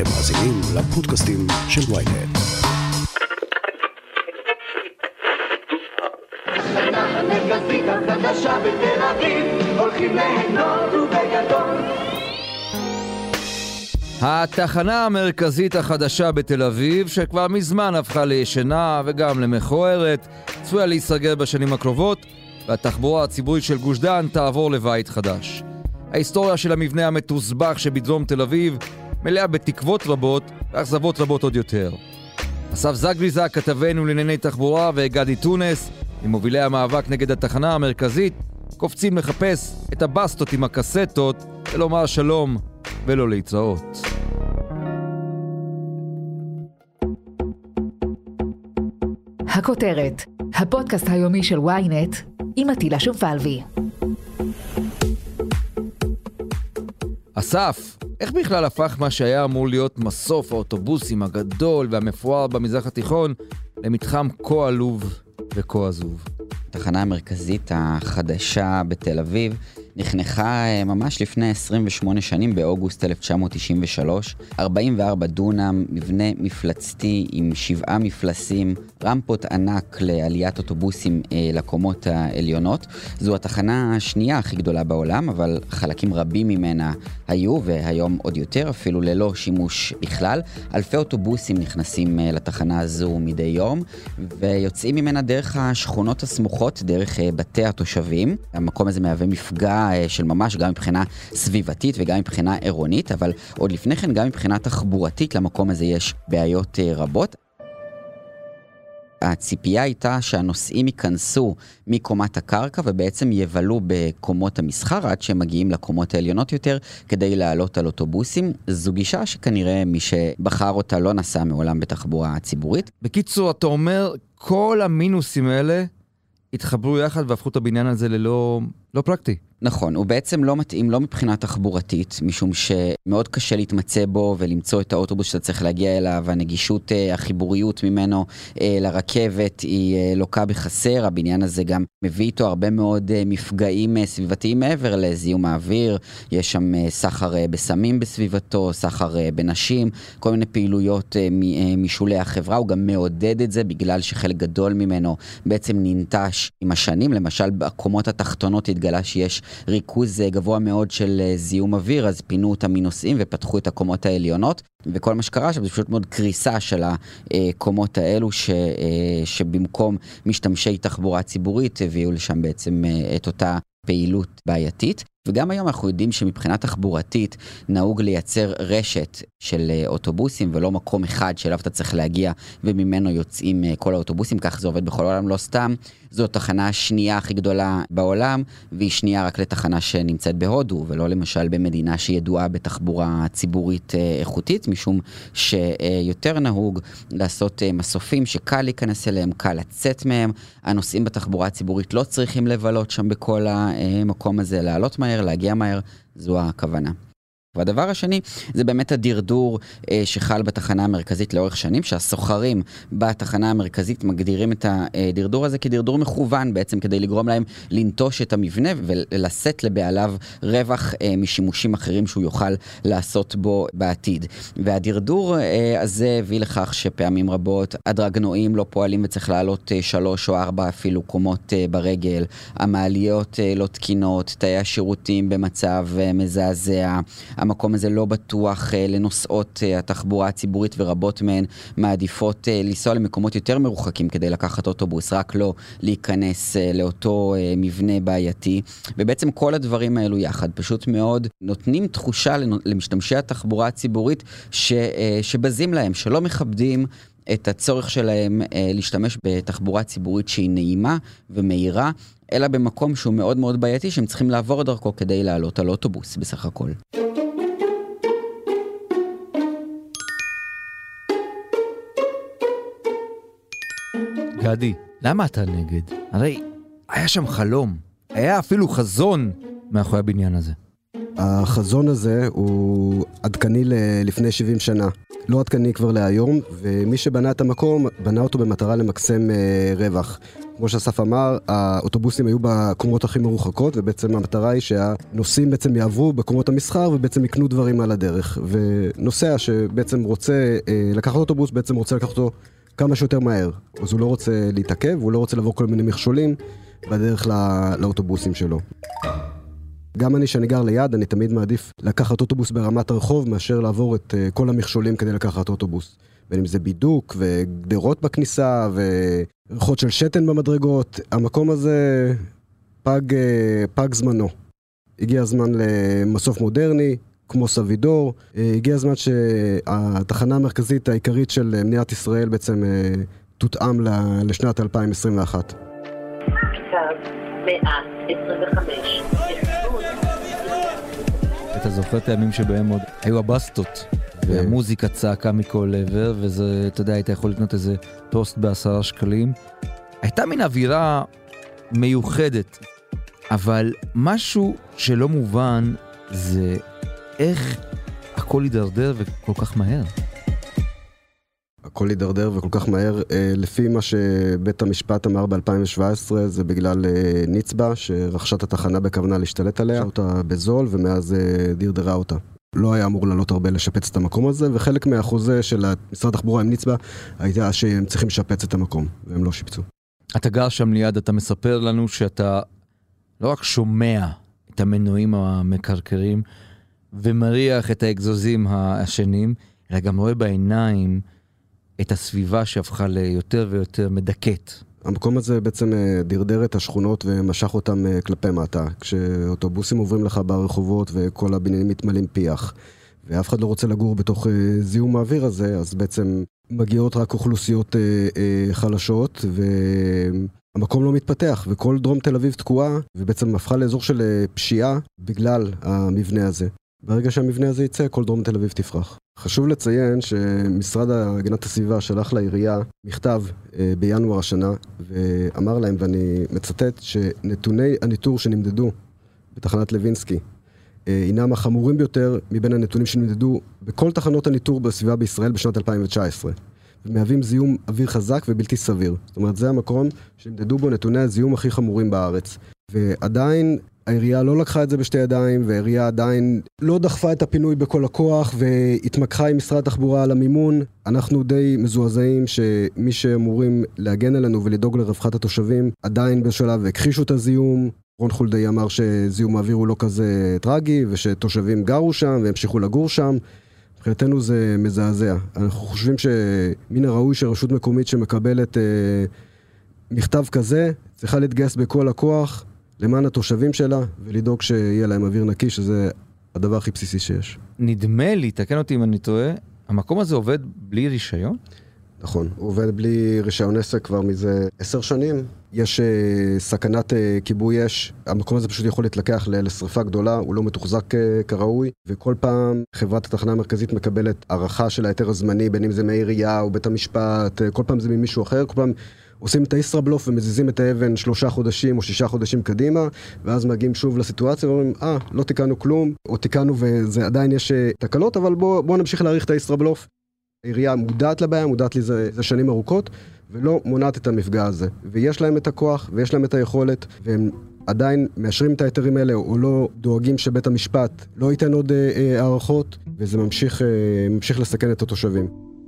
אתם מאזינים לפודקאסטים של ynet. התחנה המרכזית החדשה בתל אביב, הולכים ליהנות ובגדול. התחנה המרכזית החדשה בתל אביב, שכבר מזמן הפכה לישנה וגם למכוערת, צפויה להיסגר בשנים הקרובות, והתחבורה הציבורית של גוש דן תעבור לבית חדש. ההיסטוריה של המבנה המתוסבך שבדרום תל אביב מלאה בתקוות רבות ואכזבות רבות עוד יותר. אסף זגביזה, כתבנו לענייני תחבורה, וגדי טונס, ממובילי המאבק נגד התחנה המרכזית, קופצים לחפש את הבסטות עם הקסטות ולומר שלום ולא להתראות. הכותרת, הפודקאסט היומי של ynet עם עטילה שומפלבי. אסף, איך בכלל הפך מה שהיה אמור להיות מסוף האוטובוסים הגדול והמפואר במזרח התיכון למתחם כה עלוב וכה עזוב? התחנה המרכזית החדשה בתל אביב נחנכה ממש לפני 28 שנים באוגוסט 1993, 44 דונם, מבנה מפלצתי עם 7 מפלסים, רמפות ענק לעליית אוטובוסים לקומות העליונות. זו התחנה השנייה הכי גדולה בעולם, אבל חלקים רבים ממנה היו, והיום עוד יותר, אפילו ללא שימוש בכלל. אלפי אוטובוסים נכנסים לתחנה הזו מדי יום, ויוצאים ממנה דרך השכונות הסמוכות, דרך בתי התושבים. המקום הזה מהווה מפגע של ממש, גם מבחינה סביבתית וגם מבחינה עירונית, אבל עוד לפני כן גם מבחינה תחבורתית למקום הזה יש בעיות רבות. הציפייה הייתה שהנוסעים ייכנסו מקומת הקרקע ובעצם יבלו בקומות המסחר עד שהם מגיעים לקומות העליונות יותר כדי לעלות על אוטובוסים. זו גישה שכנראה מי שבחר אותה לא נסע מעולם בתחבורה ציבורית. בקיצור, אתה אומר, כל המינוסים האלה התחברו יחד והפכו את הבניין הזה ללא פרקטי. נכון, הוא בעצם לא מתאים, לא מבחינה תחבורתית, משום שמאוד קשה להתמצא בו ולמצוא את האוטובוס שאתה צריך להגיע אליו, הנגישות, החיבוריות ממנו לרכבת היא לוקה בחסר. הבניין הזה גם מביא איתו הרבה מאוד מפגעים סביבתיים מעבר לזיהום האוויר, יש שם סחר בסמים בסביבתו, סחר בנשים, כל מיני פעילויות משולי החברה. הוא גם מעודד את זה בגלל שחלק גדול ממנו בעצם ננטש עם השנים. למשל בקומות התחתונות התגלה שיש ריכוז גבוה מאוד של זיהום אוויר, אז פינו אותם מנוסעים ופתחו את הקומות העליונות, וכל מה שקרה שם זה פשוט מאוד קריסה של הקומות האלו שבמקום משתמשי תחבורה ציבורית הביאו לשם בעצם את אותה פעילות בעייתית. וגם היום אנחנו יודעים שמבחינה תחבורתית נהוג לייצר רשת של אוטובוסים ולא מקום אחד שאליו אתה צריך להגיע וממנו יוצאים כל האוטובוסים. כך זה עובד בכל העולם, לא סתם. זו התחנה השנייה הכי גדולה בעולם, והיא שנייה רק לתחנה שנמצאת בהודו, ולא למשל במדינה שידועה בתחבורה ציבורית איכותית, משום שיותר נהוג לעשות מסופים שקל להיכנס אליהם, קל לצאת מהם. הנוסעים בתחבורה הציבורית לא צריכים לבלות שם בכל המקום הזה, לעלות מהר, להגיע מהר, זו הכוונה. והדבר השני זה באמת הדרדור שחל בתחנה המרכזית לאורך שנים, שהסוחרים בתחנה המרכזית מגדירים את הדרדור הזה כדרדור מכוון, בעצם כדי לגרום להם לנטוש את המבנה ולשאת לבעליו רווח משימושים אחרים שהוא יוכל לעשות בו בעתיד. והדרדור הזה הביא לכך שפעמים רבות הדרגנועים לא פועלים וצריך לעלות 3 או 4 אפילו קומות ברגל, המעליות לא תקינות, תאי השירותים במצב מזעזע, המקום הזה לא בטוח לנוסעות התחבורה הציבורית, ורבות מהן מעדיפות לנסוע למקומות יותר מרוחקים כדי לקחת אוטובוס, רק לא להיכנס לאותו מבנה בעייתי. ובעצם כל הדברים האלו יחד פשוט מאוד נותנים תחושה למשתמשי התחבורה הציבורית שבזים להם, שלא מכבדים את הצורך שלהם להשתמש בתחבורה ציבורית שהיא נעימה ומהירה, אלא במקום שהוא מאוד מאוד בעייתי שהם צריכים לעבור דרכו כדי לעלות על אוטובוס בסך הכל. גדי, למה אתה נגד? הרי היה שם חלום, היה אפילו חזון מאחורי הבניין הזה. החזון הזה הוא עדכני לפני 70 שנה. לא עדכני כבר להיום, ומי שבנה את המקום, בנה אותו במטרה למקסם רווח. כמו שאסף אמר, האוטובוסים היו בקומות הכי מרוחקות, ובעצם המטרה היא שהנוסעים בעצם יעברו בקומות המסחר, ובעצם יקנו דברים על הדרך. ונוסע שבעצם רוצה לקחת אוטובוס, בעצם רוצה לקחת אותו כמה שיותר מהר. אז הוא לא רוצה להתעכב, הוא לא רוצה לעבור כל מיני מכשולים בדרך לאוטובוסים שלו. גם אני שאני גר ליד, אני תמיד מעדיף לקחת אוטובוס ברמת הרחוב, מאשר לעבור את כל המכשולים כדי לקחת אוטובוס. בין אם זה בידוק וגדרות בכניסה וריחות של שתן במדרגות, המקום הזה פג זמנו. הגיע הזמן למסוף מודרני, כמו סבידור, הגיע הזמן שהתחנה המרכזית העיקרית של מדינת ישראל בעצם תותאם לשנת 2021. קו 125. אתה זוכר את הימים שבהם עוד היו הבסטות, והמוזיקה צעקה מכל עבר, וזה, אתה יודע, היית יכול לקנות איזה טוסט ב10 שקלים. הייתה מין אווירה מיוחדת, אבל משהו שלא מובן זה איך הכל יידרדר וכל כך מהר. הכל יידרדר וכל כך מהר, לפי מה שבית המשפט אמר ב-2017, זה בגלל ניצבה, שרכשה את התחנה בכוונה להשתלט עליה, אותה בזול, ומאז דרדרה אותה. לא היה אמור לעלות הרבה לשפץ את המקום הזה, וחלק מהחוזה של משרד התחבורה עם ניצבה, הייתה שהם צריכים לשפץ את המקום, והם לא שיפצו. אתה גר שם ליד, אתה מספר לנו שאתה לא רק שומע את המנועים המקרקרים, ומריח את האגזוזים השנים, אלא גם רואה בעיניים את הסביבה שהפכה ליותר ויותר מדכאת. המקום הזה בעצם דרדר את השכונות ומשך אותם כלפי מטה. כשאוטובוסים עוברים לך ברחובות וכל הבניינים מתמלאים פיח, ואף אחד לא רוצה לגור בתוך זיהום האוויר הזה, אז בעצם מגיעות רק אוכלוסיות חלשות, והמקום לא מתפתח, וכל דרום תל אביב תקועה, ובעצם הפכה לאזור של פשיעה בגלל המבנה הזה. ברגע שהמבנה הזה יצא, כל דרום תל אביב תפרח. חשוב לציין שמשרד הגנת הסביבה שלח לעירייה מכתב בינואר השנה, ואמר להם, ואני מצטט, שנתוני הניטור שנמדדו בתחנת לוינסקי, הינם החמורים ביותר מבין הנתונים שנמדדו בכל תחנות הניטור בסביבה בישראל בשנת 2019, ומהווים זיהום אוויר חזק ובלתי סביר. זאת אומרת, זה המקום שנמדדו בו נתוני הזיהום הכי חמורים בארץ. ועדיין העירייה לא לקחה את זה בשתי ידיים, והעירייה עדיין לא דחפה את הפינוי בכל הכוח, והתמקחה עם משרד התחבורה על המימון. אנחנו די מזועזעים שמי שאמורים להגן עלינו ולדאוג לרווחת התושבים, עדיין בשלב הכחישו את הזיהום. רון חולדאי אמר שזיהום האוויר הוא לא כזה טרגי, ושתושבים גרו שם והמשיכו לגור שם. מבחינתנו זה מזעזע. אנחנו חושבים שמן הראוי שרשות מקומית שמקבלת מכתב כזה, צריכה להתגייס בכל הכוח למען התושבים שלה, ולדאוג שיהיה להם אוויר נקי, שזה הדבר הכי בסיסי שיש. נדמה לי, תקן אותי אם אני טועה, המקום הזה עובד בלי רישיון? נכון, הוא עובד בלי רישיון עסק כבר מזה 10 שנים. יש סכנת כיבוי אש, המקום הזה פשוט יכול להתלקח לשריפה גדולה, הוא לא מתוחזק כראוי, וכל פעם חברת התחנה המרכזית מקבלת הערכה של ההיתר הזמני, בין אם זה מעירייה או בית המשפט, כל פעם זה ממישהו אחר, כל פעם עושים את הישראבלוף ומזיזים את האבן 3 חודשים או 6 חודשים קדימה, ואז מגיעים שוב לסיטואציה ואומרים, לא תיקנו כלום, או תיקנו וזה עדיין יש תקלות, אבל בוא נמשיך להאריך את הישראבלוף. העירייה מודעת לבעיה, מודעת לזה שנים ארוכות, ולא מונעת את המפגע הזה. ויש להם את הכוח, ויש להם את היכולת, והם עדיין מאשרים את ההיתרים האלה, או לא דואגים שבית המשפט לא ייתן עוד הערכות, וזה ממשיך לסכן את התושבים.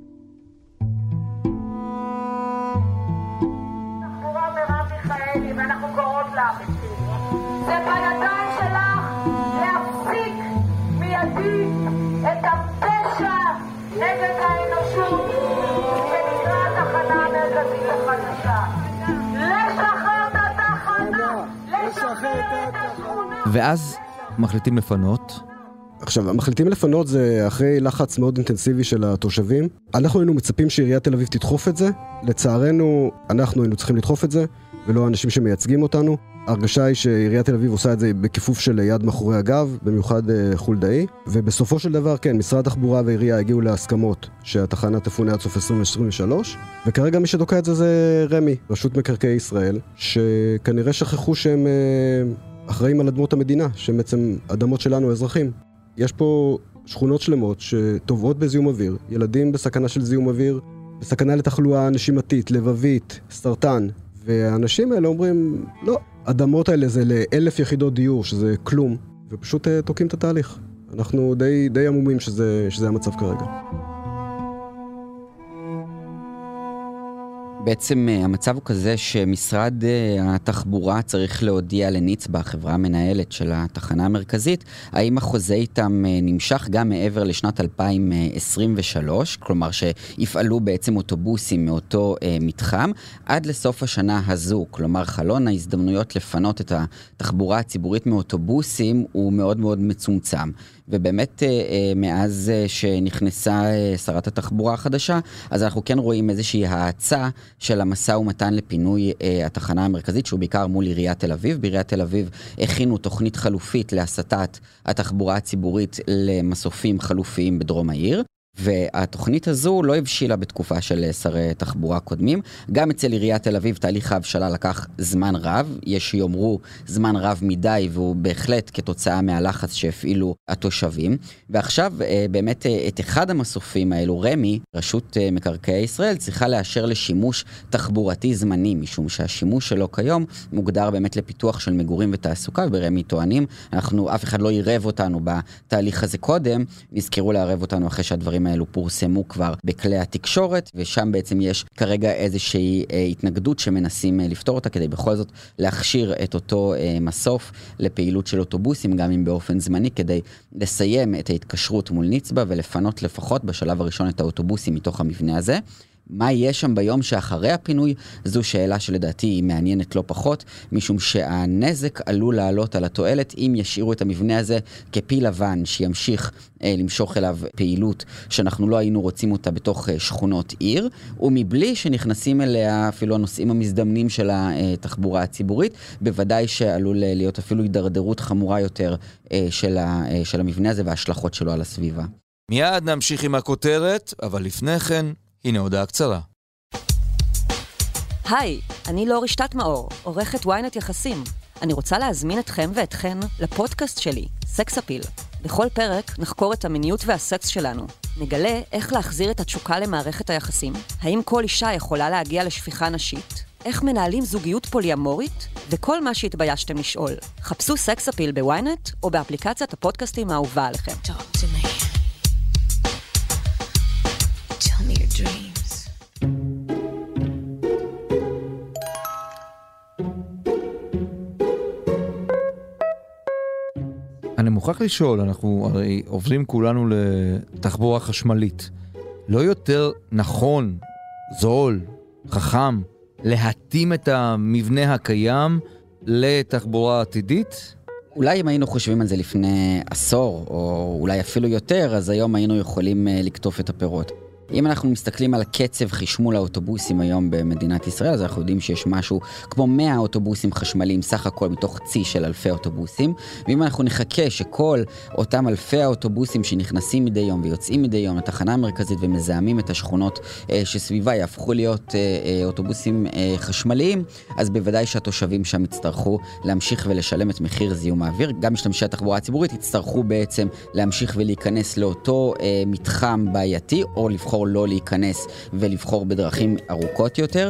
זה בידיים שלך להפסיק מיידי את הפשע נגד האנושות שנקרא התחנה המרכזית החדשה. לשחרר את התחנה, לשחרר את השכונה. ואז מחליטים לפנות. עכשיו, מחליטים לפנות זה אחרי לחץ מאוד אינטנסיבי של התושבים. אנחנו היינו מצפים שעיריית תל אביב תדחוף את זה. לצערנו, אנחנו היינו צריכים לדחוף את זה, ולא האנשים שמייצגים אותנו. ההרגשה היא שעיריית תל אביב עושה את זה בכיפוף של יד מאחורי הגב, במיוחד חולדאי. ובסופו של דבר, כן, משרד התחבורה והעירייה הגיעו להסכמות שהתחנה תפונה עד סוף 2023, וכרגע מי שתוקע את זה זה רמי, רשות מקרקעי ישראל, שכנראה שכחו שהם אחראים על אדמות המדינה, שהם בעצם אדמות שלנו, אזרחים. יש פה שכונות שלמות שטובעות בזיהום אוויר, ילדים בסכנה של זיהום אוויר, בסכנה לתחלואה נשימתית, לבבית, סרטן, והאנשים האלה אומרים, לא, אדמות האלה זה ל1,000 יחידות דיור, שזה כלום, ופשוט תוקעים את התהליך. אנחנו די עמומים שזה המצב כרגע. בעצם המצב הוא כזה שמשרד התחבורה צריך להודיע לניצבה, החברה המנהלת של התחנה המרכזית, האם החוזה איתם נמשך גם מעבר לשנת 2023, כלומר שיפעלו בעצם אוטובוסים מאותו מתחם, עד לסוף השנה הזו, כלומר חלון ההזדמנויות לפנות את התחבורה הציבורית מאוטובוסים הוא מאוד מאוד מצומצם. ובאמת מאז שנכנסה שרת התחבורה החדשה, אז אנחנו כן רואים איזושהי האצה של המשא ומתן לפינוי התחנה המרכזית, שהוא בעיקר מול עיריית תל אביב. בעיריית תל אביב הכינו תוכנית חלופית להסטת התחבורה הציבורית למסופים חלופיים בדרום העיר. והתוכנית הזו לא הבשילה בתקופה של שרי תחבורה קודמים. גם אצל עיריית תל אביב תהליך ההבשלה לקח זמן רב, יש שיאמרו זמן רב מדי, והוא בהחלט כתוצאה מהלחץ שהפעילו התושבים. ועכשיו באמת את אחד המסופים האלו, רמי, רשות מקרקעי ישראל, צריכה לאשר לשימוש תחבורתי זמני, משום שהשימוש שלו כיום מוגדר באמת לפיתוח של מגורים ותעסוקה, וברמי טוענים, אף אחד לא עירב אותנו בתהליך הזה קודם, נזכרו לערב אותנו אחרי שהדברים האלו פורסמו כבר בכלי התקשורת, ושם בעצם יש כרגע איזושהי התנגדות שמנסים לפתור אותה, כדי בכל זאת להכשיר את אותו מסוף לפעילות של אוטובוסים, גם אם באופן זמני, כדי לסיים את ההתקשרות מול ניצבה, ולפנות לפחות בשלב הראשון את האוטובוסים מתוך המבנה הזה. מה יהיה שם ביום שאחרי הפינוי? זו שאלה שלדעתי היא מעניינת לא פחות, משום שהנזק עלול לעלות על התועלת אם ישאירו את המבנה הזה כפיל לבן שימשיך למשוך אליו פעילות שאנחנו לא היינו רוצים אותה בתוך שכונות עיר, ומבלי שנכנסים אליה אפילו הנושאים המזדמנים של התחבורה הציבורית, בוודאי שעלול להיות אפילו הידרדרות חמורה יותר של המבנה הזה וההשלכות שלו על הסביבה. מיד נמשיך עם הכותרת, אבל לפני כן הנה הודעה קצרה. היי, אני לורי שטטמאור, עורכת וויינט יחסים. אני רוצה להזמין אתכם ואתכן לפודקאסט שלי, סקס אפיל. בכל פרק נחקור את המיניות והסקס שלנו. נגלה איך להחזיר את התשוקה למערכת היחסים, האם כל אישה יכולה להגיע לשפיכה נשית, איך מנהלים זוגיות פוליאמורית, וכל מה שהתביישתם לשאול. חפשו סקס אפיל בוויינט או באפליקציית הפודקאסטים האהובה עליכם. Dreams. אני מוכרח לשאול, אנחנו הרי עוברים כולנו לתחבורה חשמלית. לא יותר נכון, זול, חכם, להתאים את המבנה הקיים לתחבורה עתידית? אולי אם היינו חושבים על זה לפני עשור, או אולי אפילו יותר, אז היום היינו יכולים לקטוף את הפירות. אם אנחנו מסתכלים על הקצב חשמול האוטובוסים היום במדינת ישראל, אז אנחנו יודעים שיש משהו כמו 100 אוטובוסים חשמליים סך הכל מתוך צי של אלפי אוטובוסים, ואם אנחנו נחכה שכל אותם אלפי האוטובוסים שנכנסים מדי יום ויוצאים מדי יום לתחנה המרכזית ומזהמים את השכונות שסביבה יהפכו להיות אוטובוסים חשמליים, אז בוודאי שהתושבים שם יצטרכו להמשיך ולשלם את מחיר זיהום האוויר. גם משתמשי התחבורה הציבורית יצטרכו בעצם להמשיך ולהיכנס לאותו מתחם בעייתי, או לבחור לא להיכנס ולבחור בדרכים ארוכות יותר.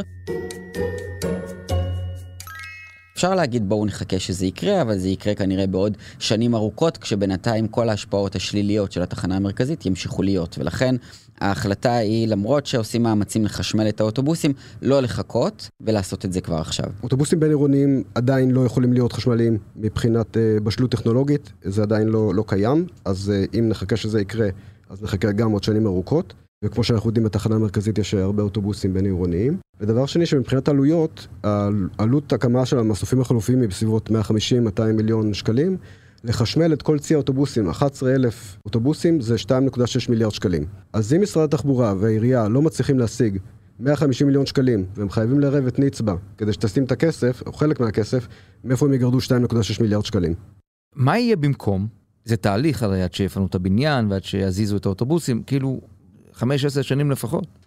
אפשר להגיד בואו נחכה שזה יקרה, אבל זה יקרה כנראה בעוד שנים ארוכות, כשבינתיים כל ההשפעות השליליות של התחנה המרכזית ימשיכו להיות, ולכן ההחלטה היא, למרות שעושים מאמצים לחשמל את האוטובוסים, לא לחכות ולעשות את זה כבר עכשיו. אוטובוסים בין עירוניים עדיין לא יכולים להיות חשמליים מבחינת בשלות טכנולוגית, זה עדיין לא קיים, אז אם נחכה שזה יקרה, אז נחכה גם עוד שנים ארוכות. וכמו שאנחנו יודעים, בתחנה המרכזית יש הרבה אוטובוסים בין עירוניים. ודבר שני, שמבחינת עלויות, עלות הקמה של המסופים החלופיים היא בסביבות 150-200 מיליון שקלים. לחשמל את כל צי האוטובוסים, 11,000 אוטובוסים, זה 2.6 מיליארד שקלים. אז אם משרד התחבורה והעירייה לא מצליחים להשיג 150 מיליון שקלים, והם חייבים לערב את ניצבה כדי שתשים את הכסף, או חלק מהכסף, מאיפה הם יגרדו 2.6 מיליארד שקלים? מה יהיה במקום? זה תהליך הרי עד שיפנו את הבניין ועד שיזיזו את האוטובוסים, כאילו 5-10 שנים לפחות.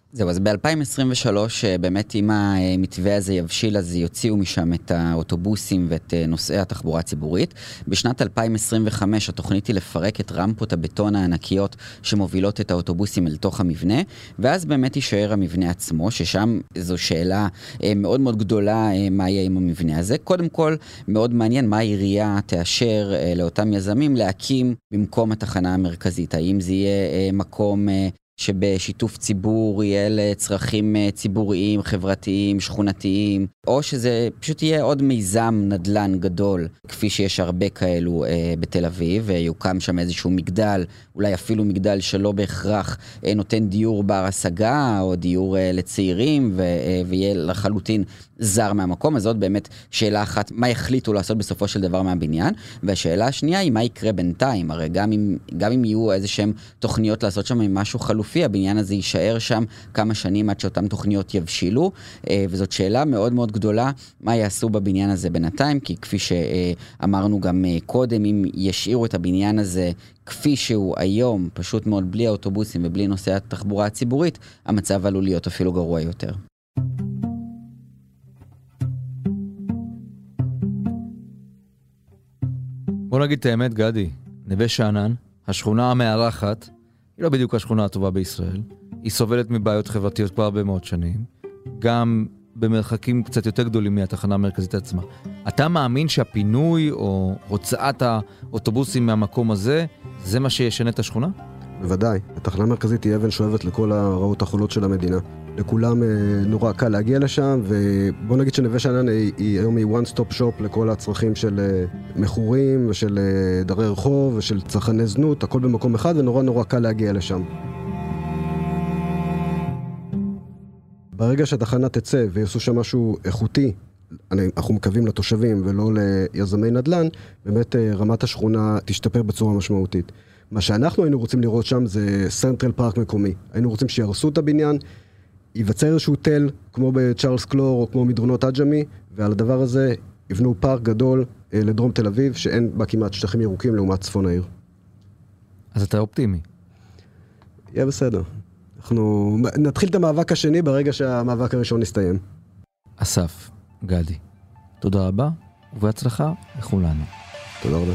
זהו, אז ב-2023 באמת אם המתווה הזה יבשיל, אז יוציאו משם את האוטובוסים ואת נושאי התחבורה הציבורית. בשנת 2025 התוכנית היא לפרק את רמפות הבטון הענקיות שמובילות את האוטובוסים אל תוך המבנה, ואז באמת יישאר המבנה עצמו, ששם זו שאלה מאוד מאוד גדולה מה יהיה עם המבנה הזה. קודם כל, מאוד מעניין מה העירייה תאשר לאותם יזמים להקים במקום התחנה המרכזית. האם זה יהיה מקום שבשיתוף ציבור יהיה לצרכים ציבוריים, חברתיים, שכונתיים, או שזה פשוט יהיה עוד מיזם נדל"ן גדול, כפי שיש הרבה כאלו בתל אביב, ויוקם שם איזשהו מגדל, אולי אפילו מגדל שלא בהכרח נותן דיור בר השגה, או דיור לצעירים, ויהיה לחלוטין זר מהמקום. אז זאת באמת שאלה אחת, מה יחליטו לעשות בסופו של דבר מהבניין, והשאלה השנייה היא מה יקרה בינתיים. הרי גם אם יהיו איזשהם תוכניות לעשות שם משהו חלופי, הבניין הזה יישאר שם כמה שנים עד שאותם תוכניות יבשילו, וזאת שאלה מאוד מאוד גדולה, מה יעשו בבניין הזה בינתיים, כי כפי שאמרנו גם קודם, אם ישאירו את הבניין הזה כפי שהוא היום, פשוט מאוד בלי האוטובוסים ובלי נושא התחבורה הציבורית, המצב עלול להיות אפילו גרוע יותר. בוא נגיד את האמת, גדי, נווה שאנן, השכונה המארחת, היא לא בדיוק השכונה הטובה בישראל. היא סובלת מבעיות חברתיות כבר הרבה מאוד שנים, גם במרחקים קצת יותר גדולים מהתחנה המרכזית עצמה. אתה מאמין שהפינוי או הוצאת האוטובוסים מהמקום הזה, זה מה שישנה את השכונה? בוודאי. התחנה המרכזית היא אבן שואבת לכל הרעות החולות של המדינה. לכולם נורא קל להגיע לשם, ובוא נגיד שנווה שאנן היא היום היא one stop shop לכל הצרכים של מכורים ושל דרי רחוב ושל צרכני זנות, הכל במקום אחד ונורא נורא קל להגיע לשם. ברגע שהתחנה תצא ויעשו שם משהו איכותי, אנחנו מקווים לתושבים ולא ליזמי נדל"ן, באמת רמת השכונה תשתפר בצורה משמעותית. מה שאנחנו היינו רוצים לראות שם זה סנטרל פארק מקומי. היינו רוצים שירסו את הבניין, ייווצר איזשהו תל, כמו בצ'ארלס קלור או כמו מדרונות אג'מי, ועל הדבר הזה יבנו פארק גדול לדרום תל אביב, שאין בה כמעט שטחים ירוקים לעומת צפון העיר. אז אתה אופטימי. יהיה בסדר. אנחנו נתחיל את המאבק השני ברגע שהמאבק הראשון יסתיים. אסף, גדי, תודה רבה ובהצלחה לכולנו. תודה רבה.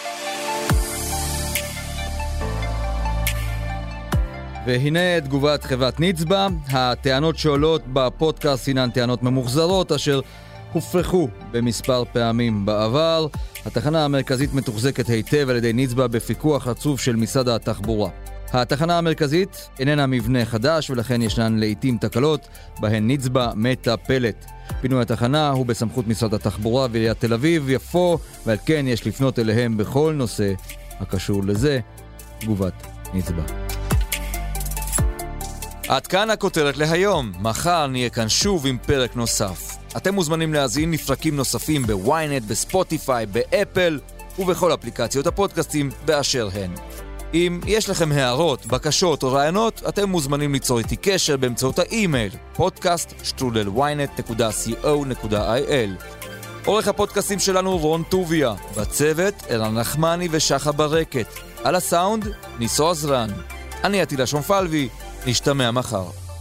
והנה תגובת חברת ניצבה. הטענות שעולות בפודקאסט הינן טענות ממוחזרות אשר הופרכו במספר פעמים בעבר. התחנה המרכזית מתוחזקת היטב על ידי ניצבה בפיקוח רצוף של משרד התחבורה. התחנה המרכזית איננה מבנה חדש ולכן ישנן לעתים תקלות בהן ניצבה מטפלת. פינוי התחנה הוא בסמכות משרד התחבורה ועיריית תל אביב יפו, ועל כן יש לפנות אליהם בכל נושא הקשור לזה. תגובת ניצבה. עד כאן הכותרת להיום. מחר נהיה כאן שוב עם פרק נוסף. אתם מוזמנים להזין לפרקים נוספים בוויינט, בספוטיפיי, באפל ובכל אפליקציות הפודקאסטים באשר הן. אם יש לכם הערות, בקשות או רעיונות, אתם מוזמנים ליצור איתי קשר באמצעות האימייל podcast@ynet.co.il. עורך הפודקאסטים שלנו רון טוביה, בצוות ערן נחמני ושחה ברקת, על הסאונד ניסו עזרן. אני עטילה שומפלבי, נשתמע מחר.